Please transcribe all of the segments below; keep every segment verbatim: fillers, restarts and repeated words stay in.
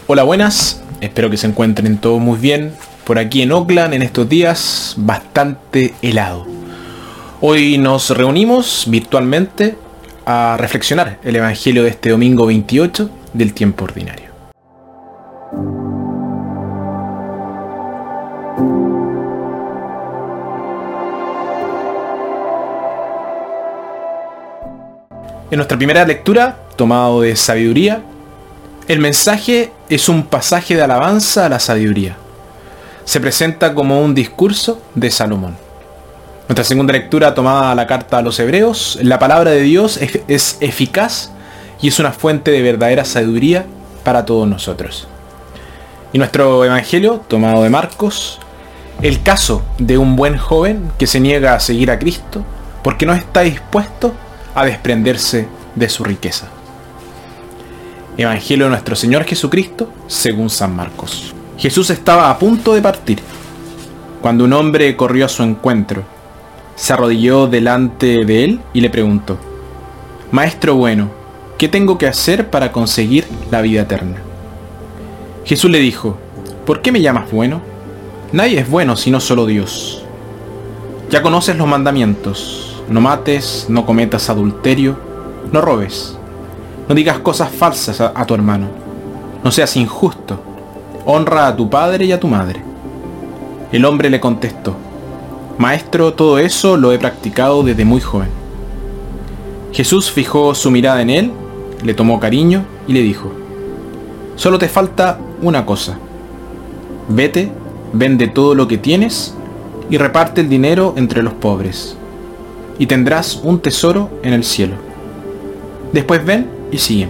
Hola, buenas, espero que se encuentren todos muy bien. Por aquí en Oakland, en estos días, bastante helado. Hoy nos reunimos virtualmente a reflexionar el Evangelio de este domingo veintiocho del tiempo ordinario. En nuestra primera lectura, tomado de Sabiduría, el mensaje es un pasaje de alabanza a la sabiduría. Se presenta como un discurso de Salomón. Nuestra segunda lectura, tomada a la carta a los Hebreos, la palabra de Dios es, es eficaz y es una fuente de verdadera sabiduría para todos nosotros. Y nuestro Evangelio, tomado de Marcos, el caso de un buen joven que se niega a seguir a Cristo porque no está dispuesto a desprenderse de su riqueza. Evangelio de nuestro Señor Jesucristo según San Marcos. Jesús estaba a punto de partir cuando un hombre corrió a su encuentro, se arrodilló delante de él y le preguntó: Maestro bueno, ¿qué tengo que hacer para conseguir la vida eterna? Jesús le dijo: ¿Por qué me llamas bueno? Nadie es bueno sino solo Dios. Ya conoces los mandamientos: no mates, no cometas adulterio, no robes, no digas cosas falsas a, a tu hermano, no seas injusto, honra a tu padre y a tu madre. El hombre le contestó: Maestro, todo eso lo he practicado desde muy joven. Jesús fijó su mirada en él, le tomó cariño y le dijo: Solo te falta una cosa. Vete, vende todo lo que tienes y reparte el dinero entre los pobres, y tendrás un tesoro en el cielo. Después ven y sígueme.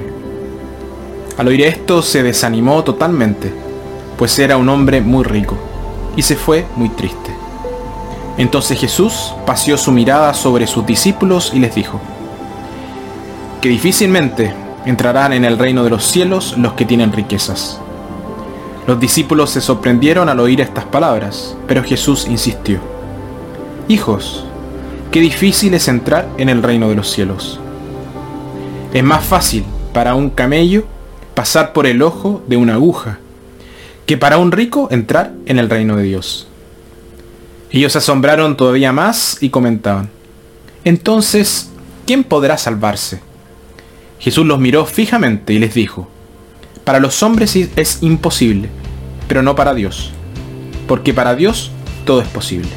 Al oír esto se desanimó totalmente, pues era un hombre muy rico, y se fue muy triste. Entonces Jesús paseó su mirada sobre sus discípulos y les dijo: que difícilmente entrarán en el reino de los cielos los que tienen riquezas. Los discípulos se sorprendieron al oír estas palabras, pero Jesús insistió: Hijos, qué difícil es entrar en el reino de los cielos. Es más fácil para un camello pasar por el ojo de una aguja que para un rico entrar en el reino de Dios. Ellos se asombraron todavía más y comentaban: Entonces, ¿quién podrá salvarse? Jesús los miró fijamente y les dijo: Para los hombres es imposible, pero no para Dios, porque para Dios todo es posible.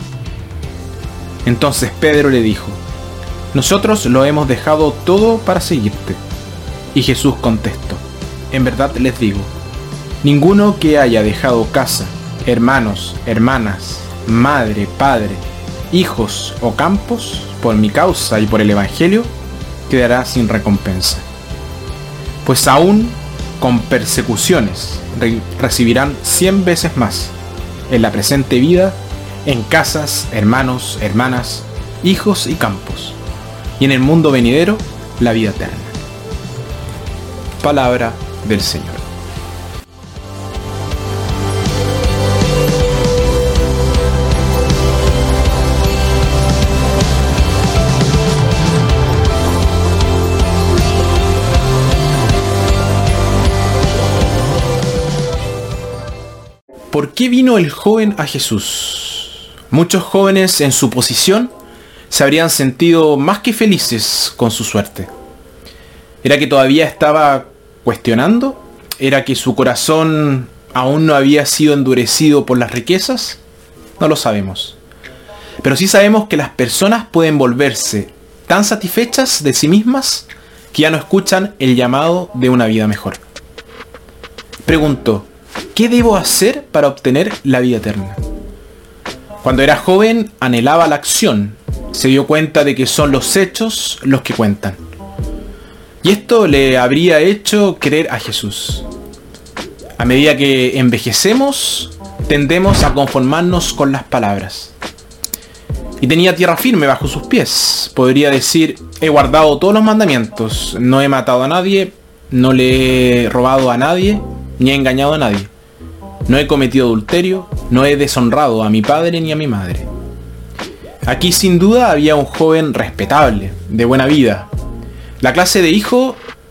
Entonces Pedro le dijo: Nosotros lo hemos dejado todo para seguirte. Y Jesús contestó: En verdad les digo, ninguno que haya dejado casa, hermanos, hermanas, madre, padre, hijos o campos, por mi causa y por el Evangelio, quedará sin recompensa. Pues aún con persecuciones re- recibirán cien veces más en la presente vida, en casas, hermanos, hermanas, hijos y campos, y en el mundo venidero la vida eterna. Palabra del Señor. ¿Por qué vino el joven a Jesús? Muchos jóvenes en su posición se habrían sentido más que felices con su suerte. ¿Era que todavía estaba cuestionando? ¿Era que su corazón aún no había sido endurecido por las riquezas? No lo sabemos. Pero sí sabemos que las personas pueden volverse tan satisfechas de sí mismas que ya no escuchan el llamado de una vida mejor. Preguntó: ¿qué debo hacer para obtener la vida eterna? Cuando era joven anhelaba la acción. Se dio cuenta de que son los hechos los que cuentan. Y esto le habría hecho creer a Jesús. A medida que envejecemos, tendemos a conformarnos con las palabras. Y tenía tierra firme bajo sus pies. Podría decir: he guardado todos los mandamientos, no he matado a nadie, no le he robado a nadie, ni he engañado a nadie. No he cometido adulterio, no he deshonrado a mi padre ni a mi madre. Aquí sin duda había un joven respetable, de buena vida. La clase de hijo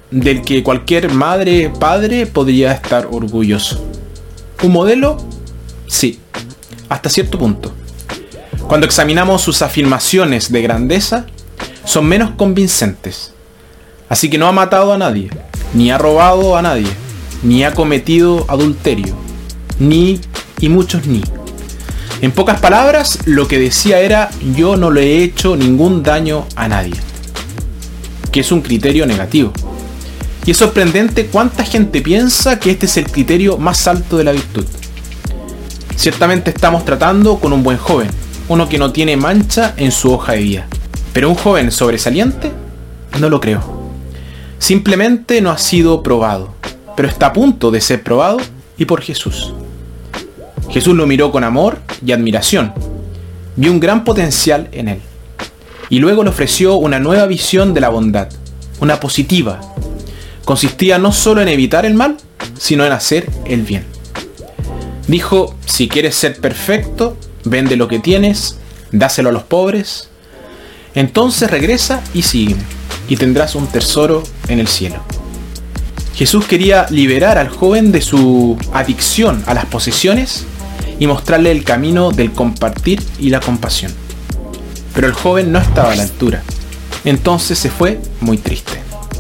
del que cualquier madre, padre podría estar orgulloso. ¿Un modelo? Sí, hasta cierto punto. Cuando examinamos sus afirmaciones de grandeza, son menos convincentes. Así que no ha matado a nadie, ni ha robado a nadie, ni ha cometido adulterio, ni y muchos ni. En pocas palabras, lo que decía era: yo no le he hecho ningún daño a nadie. Que es un criterio negativo. Y es sorprendente cuánta gente piensa que este es el criterio más alto de la virtud. Ciertamente estamos tratando con un buen joven, uno que no tiene mancha en su hoja de vida. Pero un joven sobresaliente, no lo creo. Simplemente no ha sido probado, pero está a punto de ser probado, y por Jesús. Jesús lo miró con amor y admiración. Vio un gran potencial en él. Y luego le ofreció una nueva visión de la bondad, una positiva. Consistía no solo en evitar el mal, sino en hacer el bien. Dijo: si quieres ser perfecto, vende lo que tienes, dáselo a los pobres, entonces regresa y sígueme, y tendrás un tesoro en el cielo. Jesús quería liberar al joven de su adicción a las posesiones y mostrarle el camino del compartir y la compasión. Pero el joven no estaba a la altura. Entonces se fue muy triste.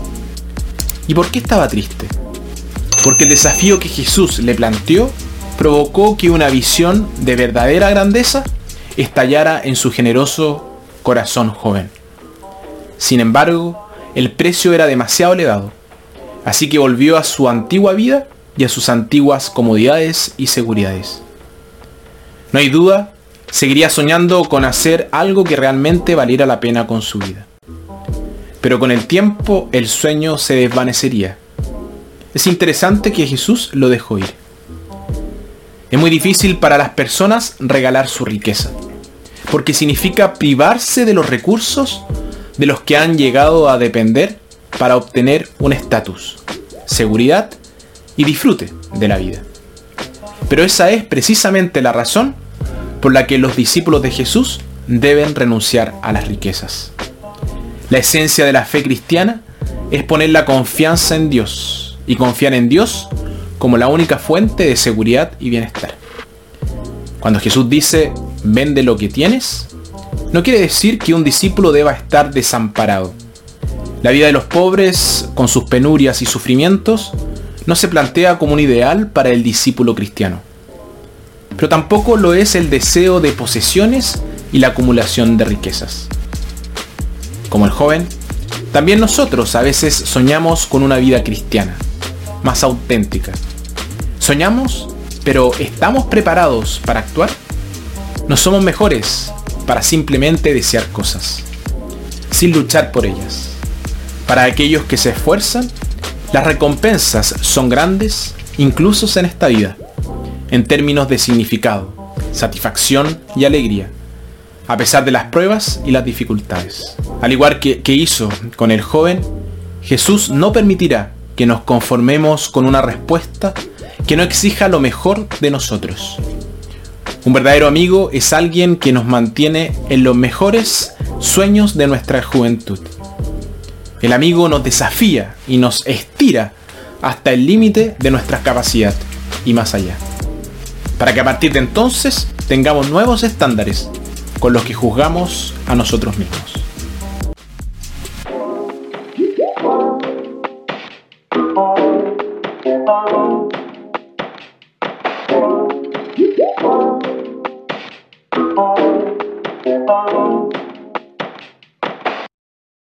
¿Y por qué estaba triste? Porque el desafío que Jesús le planteó provocó que una visión de verdadera grandeza estallara en su generoso corazón joven. Sin embargo, el precio era demasiado elevado, así que volvió a su antigua vida y a sus antiguas comodidades y seguridades. No hay duda, seguiría soñando con hacer algo que realmente valiera la pena con su vida. Pero con el tiempo el sueño se desvanecería. Es interesante que Jesús lo dejó ir. Es muy difícil para las personas regalar su riqueza, porque significa privarse de los recursos de los que han llegado a depender para obtener un estatus, seguridad y disfrute de la vida. Pero esa es precisamente la razón por la que los discípulos de Jesús deben renunciar a las riquezas. La esencia de la fe cristiana es poner la confianza en Dios y confiar en Dios como la única fuente de seguridad y bienestar. Cuando Jesús dice: vende lo que tienes, no quiere decir que un discípulo deba estar desamparado. La vida de los pobres, con sus penurias y sufrimientos, no se plantea como un ideal para el discípulo cristiano. Pero tampoco lo es el deseo de posesiones y la acumulación de riquezas. Como el joven, también nosotros a veces soñamos con una vida cristiana, más auténtica. Soñamos, pero ¿estamos preparados para actuar? No somos mejores para simplemente desear cosas, sin luchar por ellas. Para aquellos que se esfuerzan, las recompensas son grandes, incluso en esta vida, en términos de significado, satisfacción y alegría, a pesar de las pruebas y las dificultades. Al igual que, que hizo con el joven, Jesús no permitirá que nos conformemos con una respuesta que no exija lo mejor de nosotros. Un verdadero amigo es alguien que nos mantiene en los mejores sueños de nuestra juventud. El amigo nos desafía y nos estira hasta el límite de nuestra capacidad y más allá, para que a partir de entonces tengamos nuevos estándares con los que juzgamos a nosotros mismos. Oh,